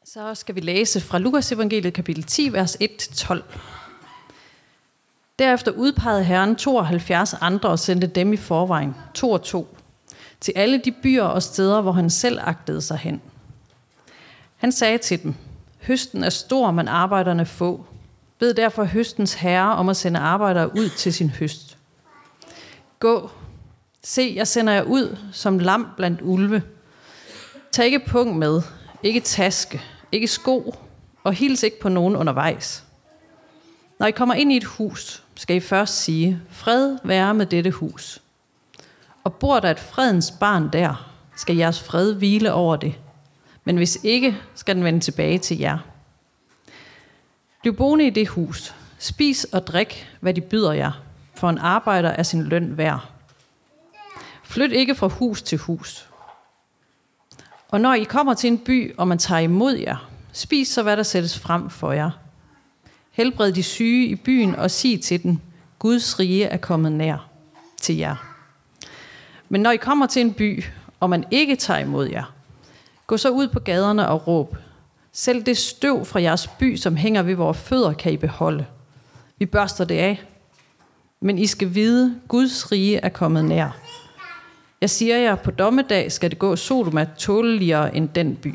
Så skal vi læse fra Lukas evangeliet kapitel 10, vers 1-12. Derefter udpegede Herren 72 andre og sendte dem i forvejen, 2 og 2, til alle de byer og steder, hvor han selv agtede sig hen. Han sagde til dem, høsten er stor, men arbejderne få. Bed derfor høstens herre om at sende arbejdere ud til sin høst. Gå, se, jeg sender jer ud som lam blandt ulve. Tag ikke pung med, ikke taske, ikke sko, og hils ikke på nogen undervejs. Når I kommer ind i et hus, skal I først sige, fred være med dette hus. Og bor der et fredens barn der, skal jeres fred hvile over det. Men hvis ikke, skal den vende tilbage til jer. Bliv boende i det hus. Spis og drik, hvad de byder jer, for en arbejder er sin løn værd. Flyt ikke fra hus til hus. Og når I kommer til en by, og man tager imod jer, spis så, hvad der sættes frem for jer. Helbred de syge i byen og sig til den, Guds rige er kommet nær til jer. Men når I kommer til en by, og man ikke tager imod jer, gå så ud på gaderne og råb. Selv det støv fra jeres by, som hænger ved vores fødder, kan I beholde. Vi børster det af. Men I skal vide, Guds rige er kommet nær. Jeg siger jer, på dommedag skal det gå Sodoma tåleligere end den by.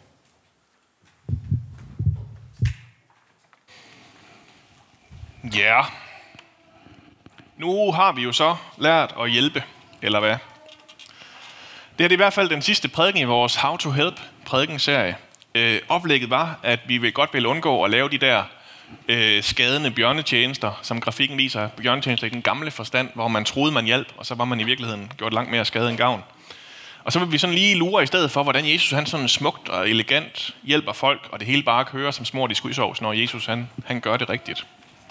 Ja, nu har vi jo så lært at hjælpe, eller hvad? Det er i hvert fald den sidste prædiken i vores How to Help prædikenserie. Oplægget var, at vi godt vil undgå at lave de der skadende bjørnetjenester, som grafikken viser. Bjørnetjenester i den gamle forstand, hvor man troede, man hjalp, og så var man i virkeligheden gjort langt mere skade end gavn. Og så vil vi sådan lige lure i stedet for, hvordan Jesus han sådan smukt og elegant hjælper folk, og det hele bare kører som smurt i skysovs, når Jesus han gør det rigtigt.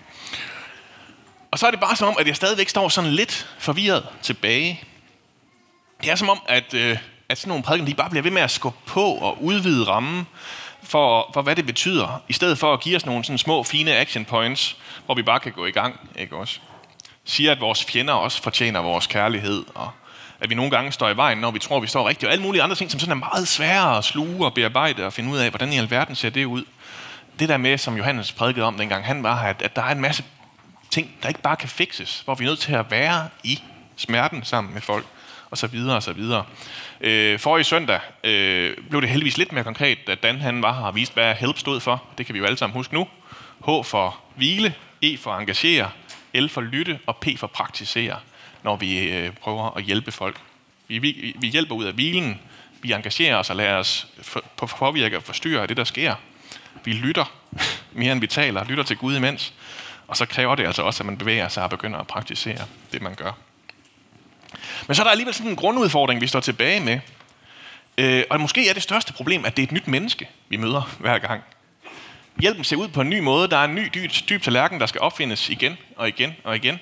Og så er det bare som om, at jeg stadigvæk står sådan lidt forvirret tilbage. Det er som om, at sådan nogle prædikener, de bare bliver ved med at skubbe på og udvide rammen for hvad det betyder, i stedet for at give os nogle sådan små, fine action points, hvor vi bare kan gå i gang, ikke også? Siger, at vores fjender også fortjener vores kærlighed, og at vi nogle gange står i vejen, når vi tror, vi står rigtigt, og alle mulige andre ting, som sådan er meget svære at sluge og bearbejde og finde ud af, hvordan i alverden ser det ud. Det der med, som Johannes prædikede om dengang, han var, at der er en masse ting, der ikke bare kan fikses, hvor vi er nødt til at være i smerten sammen med folk, og så videre, og så videre. Forrige søndag blev det heldigvis lidt mere konkret, da Dan han var her og viste, hvad HELP stod for. Det kan vi jo alle sammen huske nu. H for hvile, E for engagere, L for lytte, og P for praktisere, når vi prøver at hjælpe folk. Vi hjælper ud af hvilen, vi engagerer os og lader os påvirke og forstyrre det, der sker. Vi lytter mere, end vi taler, lytter til Gud imens. Og så kræver det altså også, at man bevæger sig og begynder at praktisere det, man gør. Men så er der alligevel sådan en grundudfordring, vi står tilbage med. Og måske er det største problem, at det er et nyt menneske, vi møder hver gang. Hjælpen ser ud på en ny måde. Der er en ny dyb tallerken, der skal opfindes igen og igen og igen.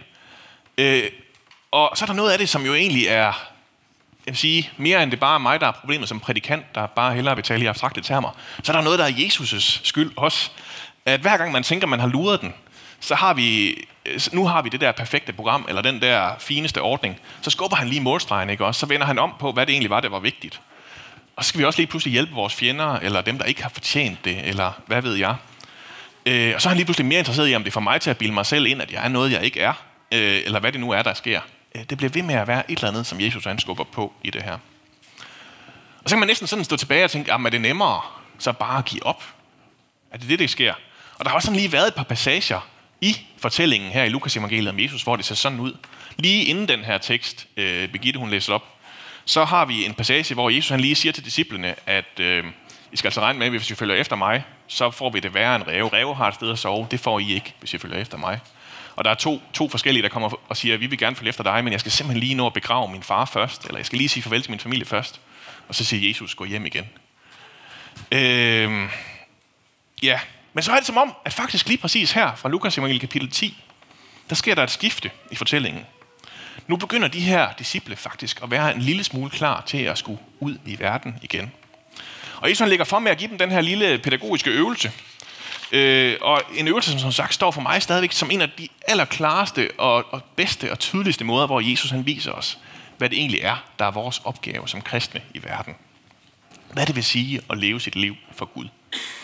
Og så er der noget af det, som jo egentlig er, jeg vil sige, mere end det bare er mig, der er problemet som prædikant, der bare hellere vil tale i abstrakte termer. Så er der noget, der er Jesus' skyld også. At hver gang man tænker, man har luret den, nu har vi det der perfekte program, eller den der fineste ordning, så skubber han lige målstregen, ikke også? Så vender han om på, hvad det egentlig var, der var vigtigt. Og så skal vi også lige pludselig hjælpe vores fjender, eller dem, der ikke har fortjent det, eller hvad ved jeg. Og så er han lige pludselig mere interesseret i, om det får mig til at bilde mig selv ind, at jeg er noget, jeg ikke er, eller hvad det nu er, der sker. Det bliver ved med at være et eller andet, som Jesus han skubber på i det her. Og så kan man næsten sådan stå tilbage og tænke, er det nemmere så bare at give op? Er det det, der sker? Og der har også sådan lige været et par passager i fortællingen her i Lukas evangeliet om Jesus, hvor det ser sådan ud. Lige inden den her tekst, Birgitte hun læser op, så har vi en passage, hvor Jesus han lige siger til disciplene, at I skal altså regne med, at hvis I følger efter mig, så får vi det værre en ræve. Ræve har et sted at sove, det får I ikke, hvis I følger efter mig. Og der er to forskellige, der kommer og siger, at vi vil gerne følge efter dig, men jeg skal simpelthen lige nå at begrave min far først, eller jeg skal lige sige farvel til min familie først. Og så siger Jesus, gå hjem igen. Ja. Men så er det som om, at faktisk lige præcis her fra Lukas evangeliet kapitel 10, der sker der et skifte i fortællingen. Nu begynder de her disciple faktisk at være en lille smule klar til at skulle ud i verden igen. Og Jesus lægger for med at give dem den her lille pædagogiske øvelse. Og en øvelse, som sagt står for mig stadigvæk som en af de allerklareste og bedste og tydeligste måder, hvor Jesus han viser os, hvad det egentlig er, der er vores opgave som kristne i verden. Hvad det vil sige at leve sit liv for Gud.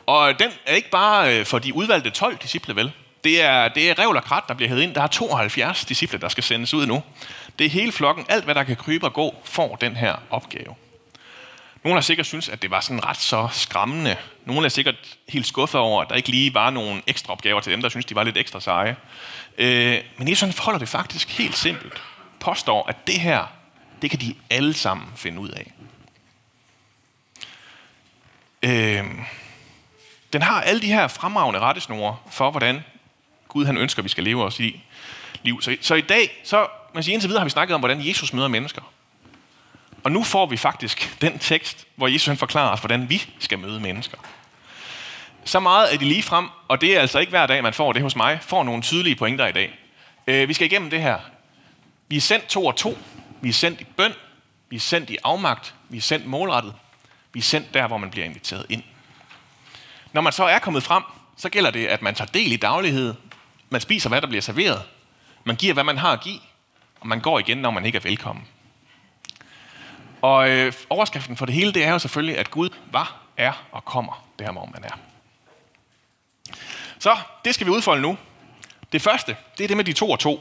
Og den er ikke bare for de udvalgte 12 disciple, vel? Det er revl og krat, der bliver hævet ind. Der er 72 disciple, der skal sendes ud nu. Det er hele flokken. Alt, hvad der kan krybe og gå, får den her opgave. Nogle har sikkert synes, at det var sådan ret så skræmmende. Nogle er sikkert helt skuffet over, at der ikke lige var nogle ekstra opgaver til dem, der synes, de var lidt ekstra seje. Men Jesus holder det faktisk helt simpelt. Påstår, at det her, det kan de alle sammen finde ud af. Den har alle de her fremragende rettesnore for, hvordan Gud han ønsker, vi skal leve os i liv. Så i dag, indtil videre har vi snakket om, hvordan Jesus møder mennesker. Og nu får vi faktisk den tekst, hvor Jesus han forklarer os, hvordan vi skal møde mennesker. Så meget er de lige frem, og det er altså ikke hver dag, man får det hos mig, får nogle tydelige pointer i dag. Vi skal igennem det her. Vi er sendt 2 og 2. Vi er sendt i bøn. Vi er sendt i afmagt. Vi er sendt målrettet. Vi er sendt der, hvor man bliver inviteret ind. Når man så er kommet frem, så gælder det, at man tager del i daglighed. Man spiser, hvad der bliver serveret. Man giver, hvad man har at give. Og man går igen, når man ikke er velkommen. Og overskriften for det hele, det er jo selvfølgelig, at Gud var, er og kommer der, hvor man er. Så det skal vi udfolde nu. Det første, det er det med de 2 og 2.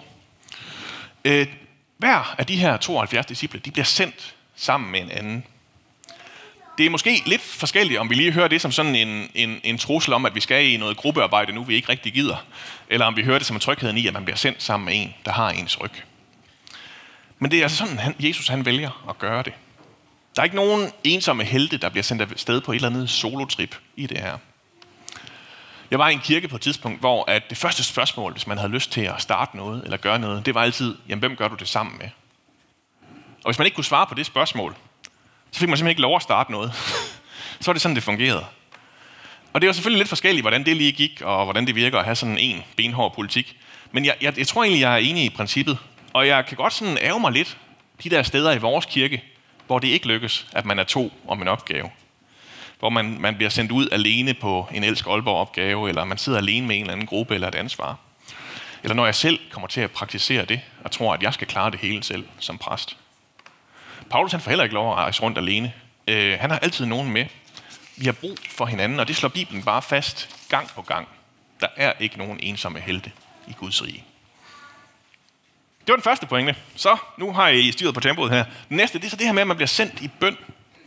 Hver af de her 72 disciple, de bliver sendt sammen med en anden. Det er måske lidt forskelligt, om vi lige hører det som sådan en trussel om, at vi skal i noget gruppearbejde nu, vi ikke rigtig gider. Eller om vi hører det som en trygheden i, at man bliver sendt sammen med en, der har ens ryg. Men det er altså sådan, Jesus han vælger at gøre det. Der er ikke nogen ensomme helte, der bliver sendt afsted på et eller andet solotrip i det her. Jeg var i en kirke på et tidspunkt, hvor at det første spørgsmål, hvis man havde lyst til at starte noget eller gøre noget, det var altid, jamen hvem gør du det sammen med? Og hvis man ikke kunne svare på det spørgsmål, så fik man simpelthen ikke lov at starte noget. Så var det sådan, det fungerede. Og det var selvfølgelig lidt forskelligt, hvordan det lige gik, og hvordan det virker at have sådan en benhård politik. Men jeg tror egentlig, jeg er enig i princippet. Og jeg kan godt sådan ærge mig lidt de der steder i vores kirke, hvor det ikke lykkes, at man er 2 om en opgave. Hvor man bliver sendt ud alene på en Elsk Aalborg-opgave, eller man sidder alene med en eller anden gruppe eller et ansvar. Eller når jeg selv kommer til at praktisere det, og tror, at jeg skal klare det hele selv som præst. Paulus han får heller ikke lov at rejse rundt alene. Han har altid nogen med. Vi har brug for hinanden, og det slår Bibelen bare fast gang på gang. Der er ikke nogen ensomme helte i Guds rige. Det var den første pointe. Så nu har I styret på tempoet her. Den næste, det er så det her med, at man bliver sendt i bøn.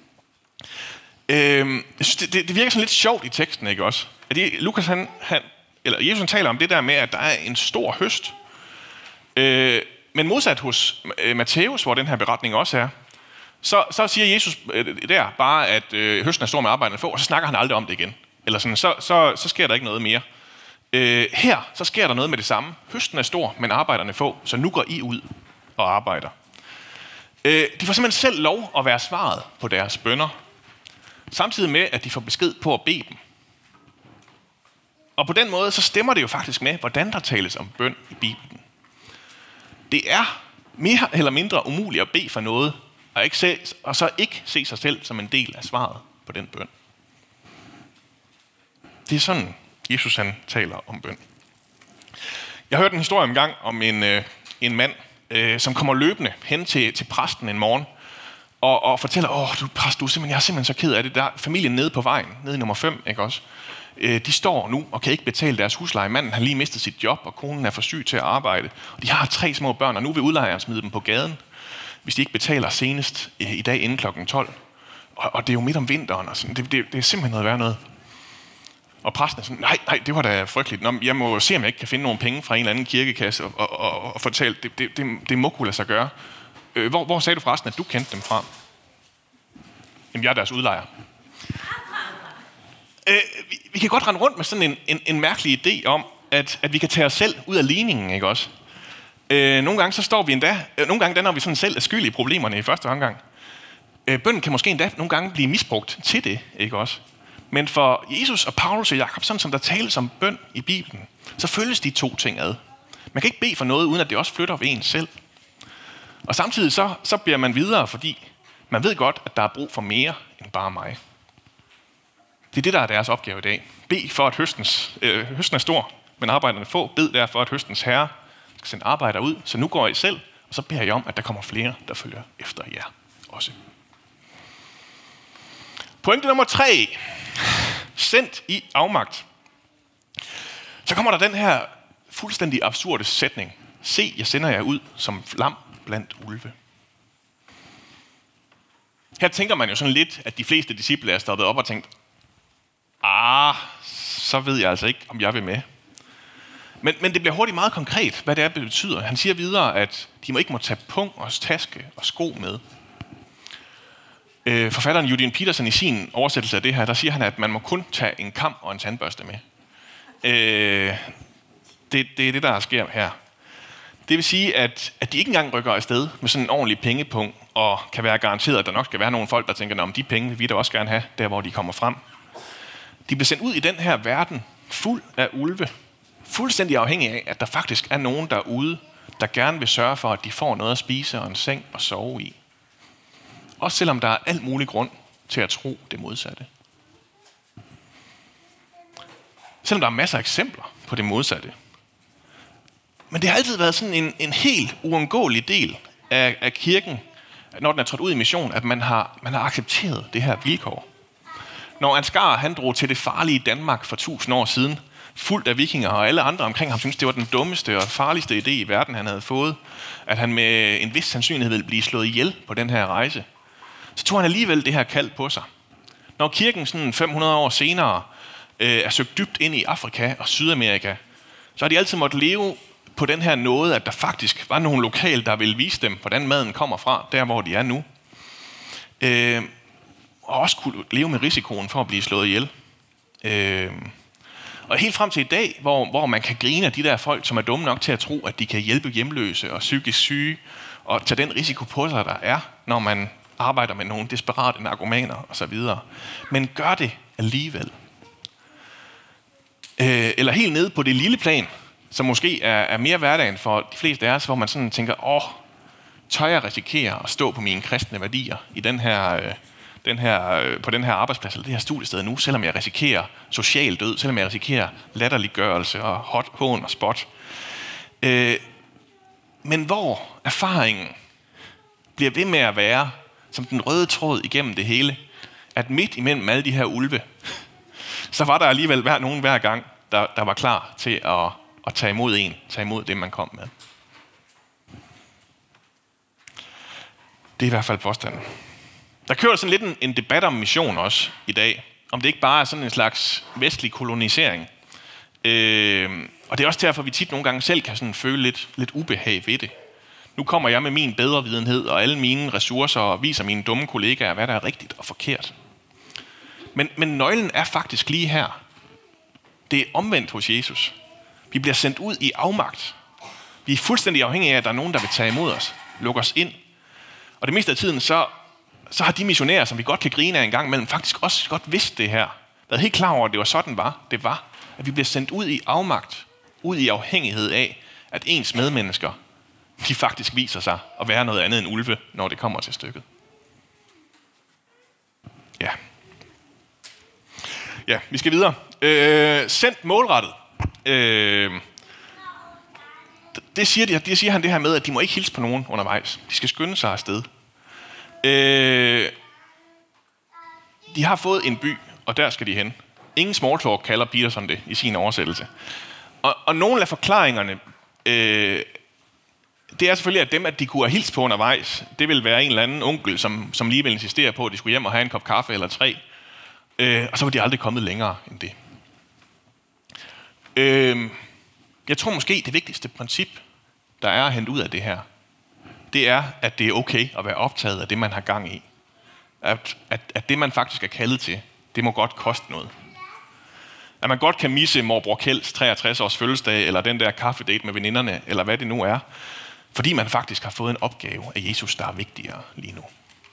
Jeg synes, det virker sådan lidt sjovt i teksten, ikke også? At Lukas eller Jesus taler om det der med, at der er en stor høst. Men modsat hos Matthæus, hvor den her beretning også er, så siger Jesus der bare, at høsten er stor med arbejderne få, og så snakker han aldrig om det igen. Eller sådan, så sker der ikke noget mere. Her, så sker der noget med det samme. Høsten er stor, men arbejderne få, så nu går I ud og arbejder. De får simpelthen selv lov at være svaret på deres bønner, samtidig med, at de får besked på at bede dem. Og på den måde, så stemmer det jo faktisk med, hvordan der tales om bøn i Bibelen. Det er mere eller mindre umuligt at bede for noget, og så ikke se sig selv som en del af svaret på den bøn. Det er sådan, Jesus han taler om bøn. Jeg hørte en historie engang om en mand, som kommer løbende hen til præsten en morgen, og fortæller, du præst, jeg er simpelthen så ked af det. Der er familien nede på vejen, nede i nummer 5, ikke også? De står nu og kan ikke betale deres husleje. Manden har lige mistet sit job, og konen er for syg til at arbejde. Og de har 3 små børn, og nu vil udlejeren smide dem på gaden, hvis de ikke betaler senest i dag inden klokken 12. Og det er jo midt om vinteren, og sådan. Det er simpelthen noget værd noget. Og præsten er sådan, nej, det var da frygteligt. Nå, jeg må se, om jeg ikke kan finde nogle penge fra en eller anden kirkekasse og fortælle, det må kunne lade sig gøre. Hvor sagde du forresten, at du kendte dem fra? Jamen, jeg er deres udlejer. Vi kan godt rende rundt med sådan en mærkelig idé om, at vi kan tage os selv ud af ligningen, ikke også? Nogle gange så står vi nogle gange når vi sådan selv er skyld i problemerne i første omgang. Bønnen kan måske endda nogle gange blive misbrugt til det, ikke også? Men for Jesus og Paulus og Jakob, sådan som der tales om bøn i Bibelen, så følges de 2 ting ad. Man kan ikke bede for noget, uden at det også flytter ved en selv. Og samtidig så bliver man videre, fordi man ved godt, at der er brug for mere end bare mig. Det er det, der er deres opgave i dag. Bed for, at høsten er stor, men arbejderne få. Bed derfor, at høstens herre skal sende arbejder ud. Så nu går I selv, og så beder jeg om, at der kommer flere, der følger efter jer også. Pointe nummer 3. Sendt i afmagt. Så kommer der den her fuldstændig absurde sætning. Se, jeg sender jer ud som lam blandt ulve. Her tænker man jo sådan lidt, at de fleste disciple er stoppet op og tænkt, så ved jeg altså ikke, om jeg vil med. Men det bliver hurtigt meget konkret, hvad det er, det betyder. Han siger videre, at de ikke må tage pung og taske og sko med. Forfatteren Eugene Peterson i sin oversættelse af det her, der siger han, at man må kun tage en kam og en tandbørste med. Det er det, der sker her. Det vil sige, at de ikke engang rykker afsted med sådan en ordentlig pengepung, og kan være garanteret, at der nok skal være nogle folk, der tænker, om de penge vil vi da også gerne have, der hvor de kommer frem. De bliver sendt ud i den her verden, fuld af ulve, fuldstændig afhængig af, at der faktisk er nogen derude, der gerne vil sørge for, at de får noget at spise og en seng at sove i. Også selvom der er alt mulig grund til at tro det modsatte. Selvom der er masser af eksempler på det modsatte. Men det har altid været sådan en helt uundgåelig del af kirken, når den er trådt ud i mission, at man har accepteret det her vilkår. Når Ansgar han drog til det farlige Danmark for 1000 år siden, fuldt af vikinger, og alle andre omkring ham synes det var den dummeste og farligste idé i verden, han havde fået, at han med en vis sandsynlighed ville blive slået ihjel på den her rejse, så tog han alligevel det her kald på sig. Når kirken sådan 500 år senere er søgt dybt ind i Afrika og Sydamerika, så har de altid måttet leve på den her nåde, at der faktisk var nogle lokale, der ville vise dem, hvordan maden kommer fra, der hvor de er nu. Og også kunne leve med risikoen for at blive slået ihjel. Og helt frem til i dag, hvor man kan grine af de der folk, som er dumme nok til at tro, at de kan hjælpe hjemløse og psykisk syge, og tage den risiko på sig, der er, når man arbejder med nogle desperate narkomaner osv. Men gør det alligevel. Eller helt nede på det lille plan, som måske er mere hverdagen for de fleste af os, hvor man sådan tænker, tør jeg risikere at stå på mine kristne værdier i på den her arbejdsplads, eller det her studiested nu, selvom jeg risikerer social død, selvom jeg risikerer latterliggørelse og hån og spot. Men hvor erfaringen bliver ved med at være, som den røde tråd igennem det hele, at midt imellem alle de her ulve, så var der alligevel nogen hver gang, der var klar til at tage imod det, man kom med. Det er i hvert fald påstanden. Der kører sådan lidt en debat om mission også i dag. Om det ikke bare er sådan en slags vestlig kolonisering. Og det er også derfor, vi tit nogle gange selv kan sådan føle lidt ubehag ved det. Nu kommer jeg med min bedre videnhed og alle mine ressourcer og viser mine dumme kollegaer, hvad der er rigtigt og forkert. Men nøglen er faktisk lige her. Det er omvendt hos Jesus. Vi bliver sendt ud i afmagt. Vi er fuldstændig afhængige af, at der er nogen, der vil tage imod os, lukke os ind. Og det meste af tiden, så har de missionærer, som vi godt kan grine af en gang imellem, faktisk også godt vidst det her. Været helt klar over, at det var sådan det var. At vi bliver sendt ud i afmagt, ud i afhængighed af, at ens medmennesker, de faktisk viser sig at være noget andet end ulve, når det kommer til stykket. Ja, vi skal videre. Sendt målrettet. Det siger han det her med, at de må ikke hilse på nogen undervejs. De skal skynde sig afsted. De har fået en by, og der skal de hen. Ingen small talk kalder Peterson det i sin oversættelse. Og nogle af forklaringerne, det er selvfølgelig, at dem, at de kunne have hilst på undervejs, det vil være en eller anden onkel, som lige vil insistere på, at de skulle hjem og have en kop kaffe eller 3. Og så var de aldrig kommet længere end det. Jeg tror måske, det vigtigste princip, der er at hente ud af det her, det er, at det er okay at være optaget af det, man har gang i. At det, man faktisk er kaldet til, det må godt koste noget. At man godt kan misse morbror Kjelds 63 års fødselsdag, eller den der kaffedate med veninderne, eller hvad det nu er, fordi man faktisk har fået en opgave af Jesus, der er vigtigere lige nu.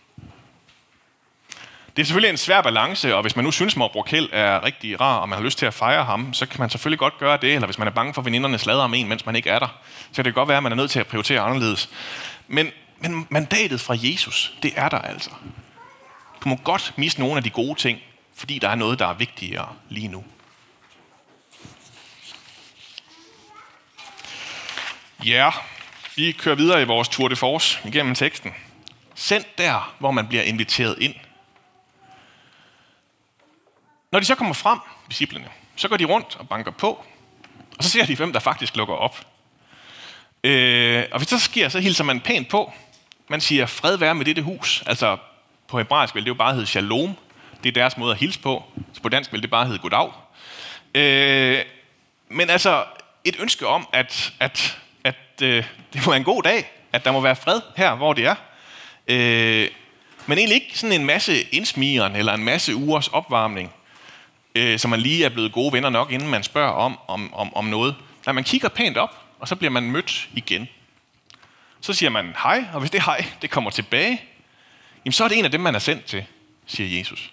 Det er selvfølgelig en svær balance, og hvis man nu synes, morbror Kjeld er rigtig rar, og man har lyst til at fejre ham, så kan man selvfølgelig godt gøre det, eller hvis man er bange for, at veninderne sladrer om en, mens man ikke er der, så kan det godt være, at man er nødt til at prioritere anderledes. Men mandatet fra Jesus, det er der altså. Du må godt misse nogle af de gode ting, fordi der er noget, der er vigtigere lige nu. Ja, vi kører videre i vores Tour de Force igennem teksten. Send der, hvor man bliver inviteret ind. Når de så kommer frem, disciplene, så går de rundt og banker på, og så ser de, hvem der faktisk lukker op. Og hvis det så sker, så hilser man pænt på. Man siger, fred være med dette hus. Altså på hebraisk vil det jo bare hedde shalom. Det er deres måde at hilse på. Så på dansk vil det bare hedde goddag. Men altså et ønske om, at det må være en god dag, at der må være fred her, hvor det er. Men egentlig ikke sådan en masse indsmigeren eller en masse ugers opvarmning, så man lige er blevet gode venner nok, inden man spørger om noget. Nej, man kigger pænt op, og så bliver man mødt igen. Så siger man hej, og hvis det hej, det kommer tilbage, jamen så er det en af dem, man er sendt til, siger Jesus.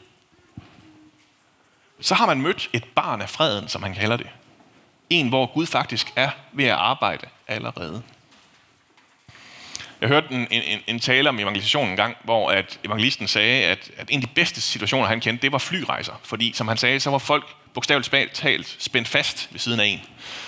Så har man mødt et barn af freden, som han kalder det. En, hvor Gud faktisk er ved at arbejde allerede. Jeg hørte en tale om evangelisationen en gang, hvor at evangelisten sagde, at en af de bedste situationer, han kendte, det var flyrejser. Fordi, som han sagde, så var folk bogstaveligt talt spændt fast ved siden af en.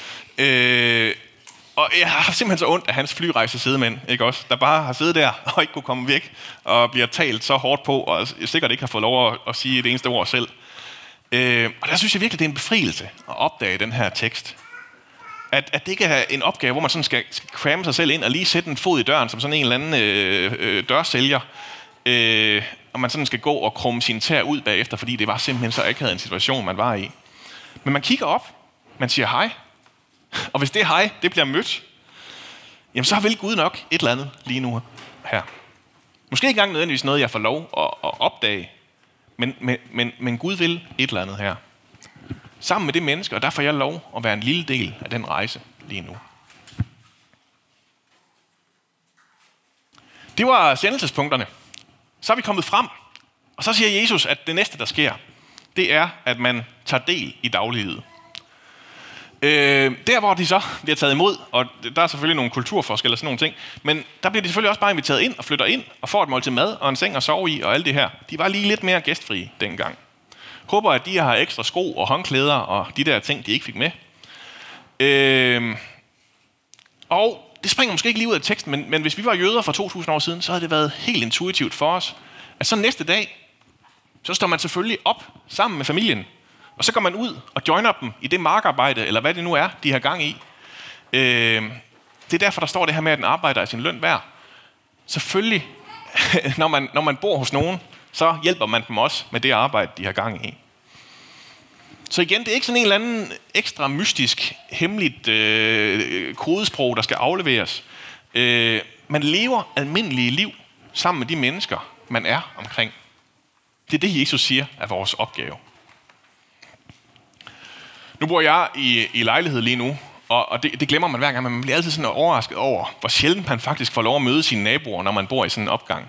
Og jeg har simpelthen så ondt af hans flyrejsesidemænd, ikke også? Der bare har siddet der og ikke kunne komme væk, og bliver talt så hårdt på, og sikkert ikke har fået lov at sige det eneste ord selv. Og der synes jeg virkelig, det er en befrielse at opdage den her tekst. At det ikke er en opgave, hvor man sådan skal cramme sig selv ind og lige sætte en fod i døren, som sådan en eller anden dørsælger, og man sådan skal gå og krumme sine tæer ud bagefter, fordi det var simpelthen så akavet en situation, man var i. Men man kigger op, man siger hej, og hvis det hej, det bliver mødt, jamen så vil Gud nok et eller andet lige nu her. Måske ikke engang nødvendigvis noget, jeg får lov at opdage, men Gud vil et eller andet her. Sammen med det menneske, og der får jeg lov at være en lille del af den rejse lige nu. Det var sendelsespunkterne. Så er vi kommet frem, og så siger Jesus, at det næste, der sker, det er, at man tager del i dagliglivet. Der, hvor de så bliver taget imod, og der er selvfølgelig nogle kulturforskelle og sådan nogle ting, men der bliver de selvfølgelig også bare inviteret ind og flytter ind og får et måltid mad og en seng at sove i og alt det her. De var lige lidt mere gæstfrie dengang. Håber, at de har ekstra sko og håndklæder og de der ting, de ikke fik med. Og det springer måske ikke lige ud af teksten, men hvis vi var jøder for 2000 år siden, så havde det været helt intuitivt for os, at så næste dag, så står man selvfølgelig op sammen med familien, og så går man ud og joiner dem i det markarbejde, eller hvad det nu er, de har gang i. Det er derfor, der står det her med, at den arbejder af sin løn værd. Selvfølgelig, når man bor hos nogen, så hjælper man dem også med det arbejde, de har gang i. Så igen, det er ikke sådan en eller anden ekstra mystisk, hemmeligt kodesprog, der skal afleveres. Man lever almindelige liv sammen med de mennesker, man er omkring. Det er det, Jesus siger er vores opgave. Nu bor jeg i lejlighed lige nu, og det glemmer man hver gang, men man bliver altid sådan overrasket over, hvor sjældent man faktisk får lov at møde sine naboer, når man bor i sådan en opgang.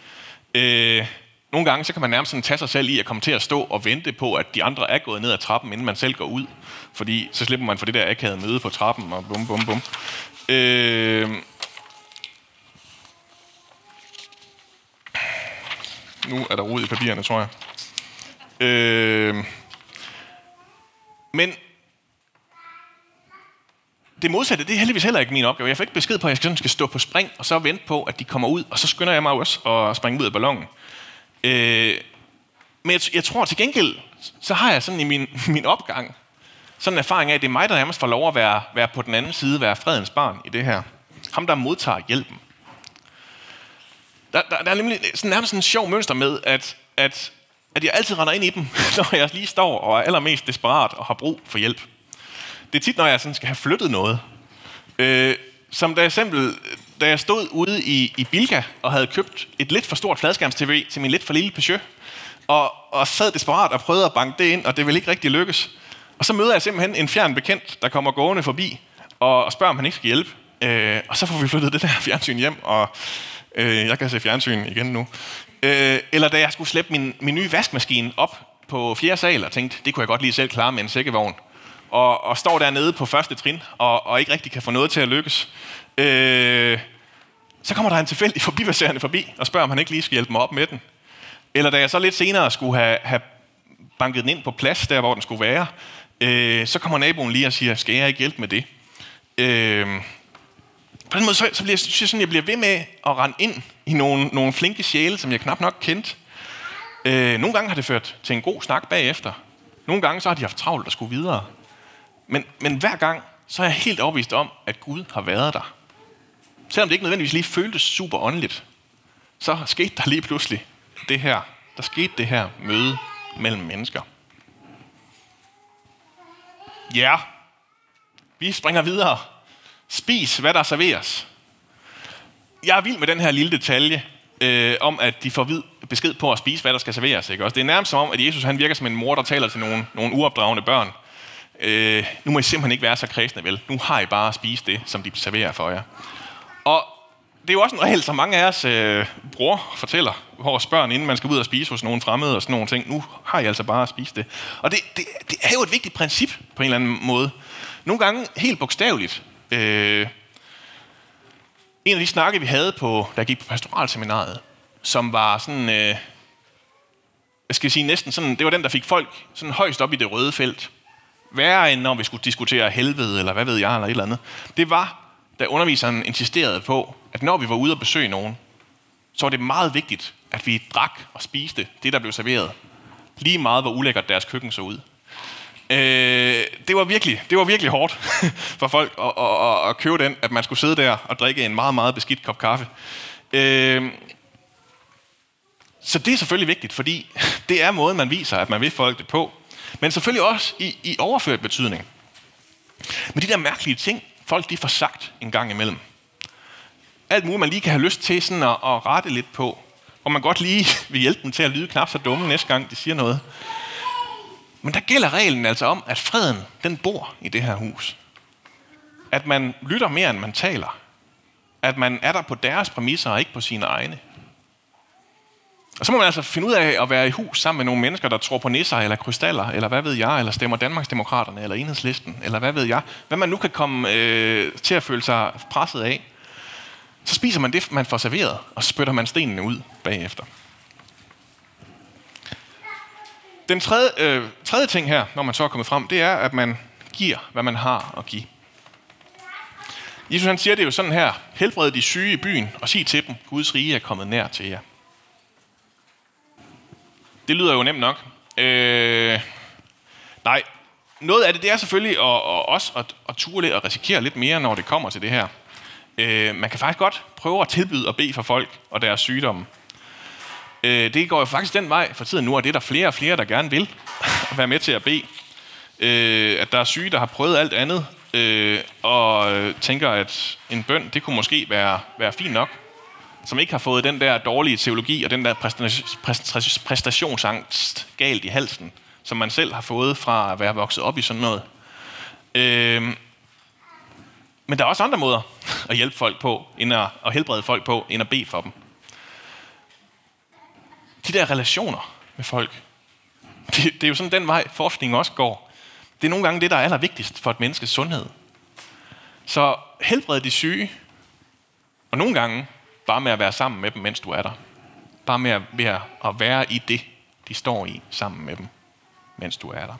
Nogle gange så kan man nærmest sådan tage sig selv i at komme til at stå og vente på, at de andre er gået ned ad trappen, inden man selv går ud. Fordi så slipper man for det der akavede møde på trappen og bum, bum, bum. Nu er der rod i papirerne, tror jeg. Men det modsatte, det er heldigvis heller ikke min opgave. Jeg får ikke besked på, at jeg skal stå på spring, og så vente på, at de kommer ud, og så skynder jeg mig også at springe ud af ballonen. Men jeg tror til gengæld, så har jeg sådan i min opgang, sådan en erfaring af, at det er mig, der nærmest får lov at være på den anden side, være fredens barn i det her. Ham, der modtager hjælpen. Der er nemlig nærmest en sjov mønster med, at jeg altid render ind i dem, når jeg lige står og er allermest desperat og har brug for hjælp. Det er tit, når jeg sådan skal have flyttet noget. Som da jeg stod ude i Bilka og havde købt et lidt for stort fladskærms-TV til min lidt for lille Peugeot, og sad desperat og prøvede at banke det ind, og det ville ikke rigtig lykkes. Og så møder jeg simpelthen en fjern bekendt, der kommer gående forbi og spørger, om han ikke skal hjælpe. Og så får vi flyttet det der fjernsyn hjem, og jeg kan se fjernsyn igen nu. Eller da jeg skulle slæbe min nye vaskemaskine op på 4. sal og tænkte, det kunne jeg godt lige selv klare med en sækkevogn. Og står dernede på første trin og ikke rigtig kan få noget til at lykkes. Så kommer der en tilfældig forbipasserende forbi og spørger, om han ikke lige skal hjælpe mig op med den. Eller da jeg så lidt senere skulle have banket den ind på plads, der hvor den skulle være, så kommer naboen lige og siger, skal jeg ikke hjælpe med det? På den måde så jeg bliver ved med at rende ind i nogle flinke sjæle, som jeg knap nok kendte. Nogle gange har det ført til en god snak bagefter. Nogle gange så har de haft travlt og skulle videre. Men hver gang, så er jeg helt overbevist om, at Gud har været der. Selvom det ikke nødvendigvis lige føltes super åndeligt, så skete der lige pludselig det her. Der skete det her møde mellem mennesker. Ja, vi springer videre. Spis, hvad der serveres. Jeg er vild med den her lille detalje om, at de får besked på at spise, hvad der skal serveres. Ikke? Også det er nærmest som om, at Jesus han virker som en mor, der taler til nogle uopdragende børn. Nu må I simpelthen ikke være så kredsende, vel? Nu har I bare at spise det, som de serverer for jer. Og det er jo også en regel, som mange af os bror fortæller vores børn, inden man skal ud og spise hos nogen fremmede og sådan nogle ting. Nu har I altså bare at spise det. Og det er jo et vigtigt princip på en eller anden måde. Nogle gange helt bogstaveligt. En af de snakke, vi havde da jeg gik på pastoralseminaret, som var sådan, jeg skal sige næsten sådan, det var den, der fik folk sådan højst op i det røde felt. Værre end når vi skulle diskutere helvede, eller hvad ved jeg, eller et eller andet. Det var, da underviseren insisterede på, at når vi var ude og besøge nogen, så var det meget vigtigt, at vi drak og spiste det, der blev serveret. Lige meget, hvor ulækkert deres køkken så ud. Det var virkelig hårdt for folk at købe den, at man skulle sidde der og drikke en meget, meget beskidt kop kaffe. Så det er selvfølgelig vigtigt, fordi det er måden, man viser, at man vil folk det på. Men selvfølgelig også i overført betydning. Men de der mærkelige ting, folk de får sagt en gang imellem. Alt muligt, man lige kan have lyst til sådan at rette lidt på. Hvor man godt lige vil hjælpe dem til at lyde knap så dumme næste gang, de siger noget. Men der gælder reglen altså om, at freden, den bor i det her hus. At man lytter mere, end man taler. At man er der på deres præmisser og ikke på sine egne. Og så må man altså finde ud af at være i hus sammen med nogle mennesker, der tror på nisser eller krystaller, eller hvad ved jeg, eller stemmer Danmarksdemokraterne, eller Enhedslisten, eller hvad ved jeg. Hvad man nu kan komme til at føle sig presset af. Så spiser man det, man får serveret, og så spytter man stenene ud bagefter. Den tredje ting her, når man så er kommet frem, det er, at man giver, hvad man har at give. Jesus han siger det jo sådan her: helbred de syge i byen, og sig til dem, Guds rige er kommet nær til jer. Det lyder jo nemt nok. Nej, noget af det er selvfølgelig også at ture lidt og risikere lidt mere, når det kommer til det her. Man kan faktisk godt prøve at tilbyde at bede for folk og deres sygdomme. Det går jo faktisk den vej for tiden nu, og det er der flere og flere, der gerne vil være med til at bede. At der er syge, der har prøvet alt andet, og tænker, at en bøn, det kunne måske være fint nok, som ikke har fået den der dårlige teologi og den der præstationsangst galt i halsen, som man selv har fået fra at være vokset op i sådan noget. Men der er også andre måder at hjælpe folk på, end at helbrede folk på, end at bede for dem. De der relationer med folk, det er jo sådan den vej, forskningen også går. Det er nogle gange det, der er allervigtigst for et menneskes sundhed. Så helbred de syge, og nogle gange bare med at være sammen med dem, mens du er der. Bare med at være i det, de står i, sammen med dem, mens du er der.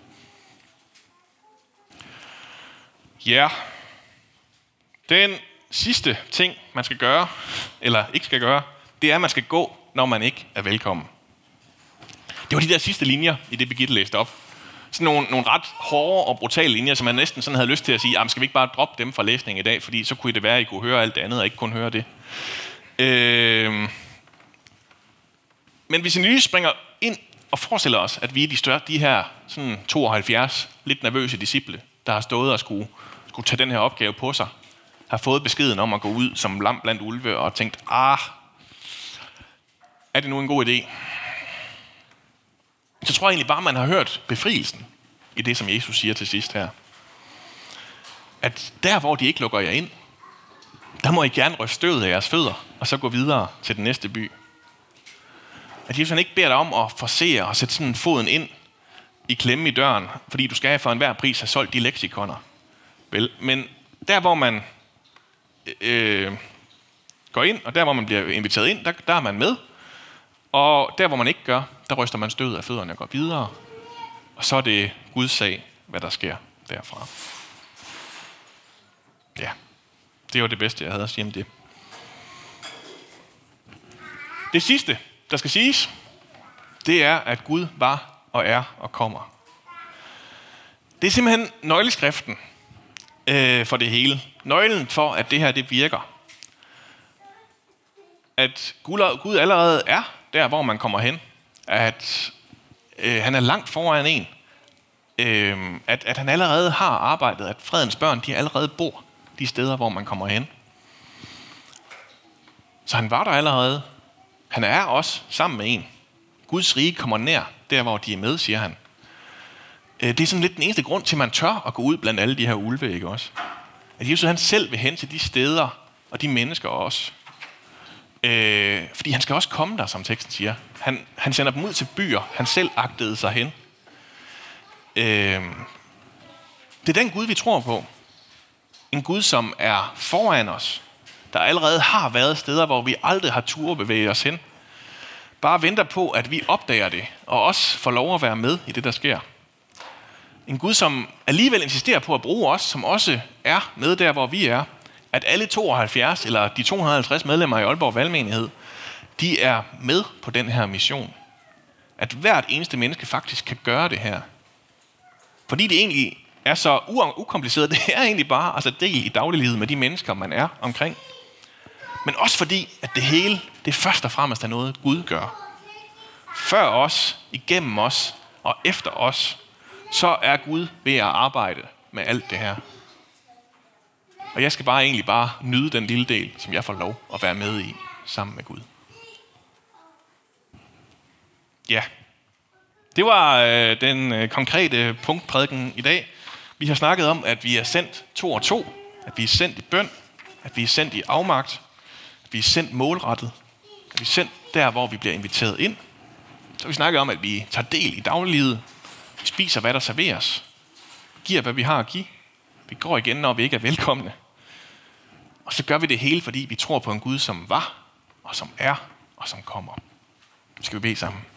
Ja, den sidste ting, man skal gøre, eller ikke skal gøre, det er, at man skal gå, når man ikke er velkommen. Det var de der sidste linjer i det, Birgitte læste op. Sådan nogle ret hårde og brutale linjer, som man næsten sådan havde lyst til at sige, skal vi ikke bare droppe dem fra læsningen i dag, fordi så kunne det være, at I kunne høre alt det andet, og ikke kun høre det. Men hvis I lige springer ind og forestiller os, at vi er de her sådan 72 lidt nervøse disciple, der har stået og skulle tage den her opgave på sig, har fået beskeden om at gå ud som lam blandt ulve og tænkt, er det nu en god idé? Så tror jeg egentlig bare, man har hørt befrielsen i det, som Jesus siger til sidst her. At der, hvor de ikke lukker jer ind, der må I gerne ryste støvet af jeres fødder, og så gå videre til den næste by. At Jesus ikke beder dig om at forsere og sætte sådan foden ind i klemme i døren, fordi du skal for enhver pris have solgt de leksikoner. Vel, men der, hvor man går ind, og der, hvor man bliver inviteret ind, der er man med. Og der, hvor man ikke gør, der ryster man støvet af fødderne og går videre. Og så er det Guds sag, hvad der sker derfra. Ja, det var det bedste, jeg havde at sige om det. Det sidste, der skal siges, det er, at Gud var og er og kommer. Det er simpelthen nøgleskriften for det hele. Nøglen for, at det her det virker. At Gud allerede er der, hvor man kommer hen. At han er langt foran en. At han allerede har arbejdet. At fredens børn, de allerede bor de steder, hvor man kommer hen. Så han var der allerede. Han er også sammen med en. Guds rige kommer nær, der hvor de er med, siger han. Det er sådan lidt den eneste grund til, at man tør at gå ud blandt alle de her ulve, ikke også? At Jesus han selv vil hen til de steder, og de mennesker også. Fordi han skal også komme der, som teksten siger. Han sender dem ud til byer, han selv agtede sig hen. Det er den Gud, vi tror på. En Gud, som er foran os. Der allerede har været steder, hvor vi aldrig har turde bevæge os hen. Bare venter på, at vi opdager det, og også får lov at være med i det, der sker. En Gud, som alligevel insisterer på at bruge os, som også er med der, hvor vi er. At alle 72 eller de 250 medlemmer i Aalborg Valgmenighed, de er med på den her mission. At hvert eneste menneske faktisk kan gøre det her. Fordi det egentlig er så ukompliceret. Det er egentlig bare at del i dagliglivet med de mennesker, man er omkring. Men også fordi, at det hele, det først og fremmest er noget, Gud gør. Før os, igennem os og efter os, så er Gud ved at arbejde med alt det her. Og jeg skal egentlig bare nyde den lille del, som jeg får lov at være med i, sammen med Gud. Ja, det var den konkrete punktprædiken i dag. Vi har snakket om, at vi er sendt 2 og 2, at vi er sendt i bøn, at vi er sendt i afmagt, at vi er sendt målrettet, at vi er sendt der, hvor vi bliver inviteret ind. Så har vi snakket om, at vi tager del i dagliglivet, vi spiser, hvad der serveres, giver, hvad vi har at give, vi går igen, når vi ikke er velkomne. Og så gør vi det hele, fordi vi tror på en Gud, som var, og som er, og som kommer. Skal vi bede sammen?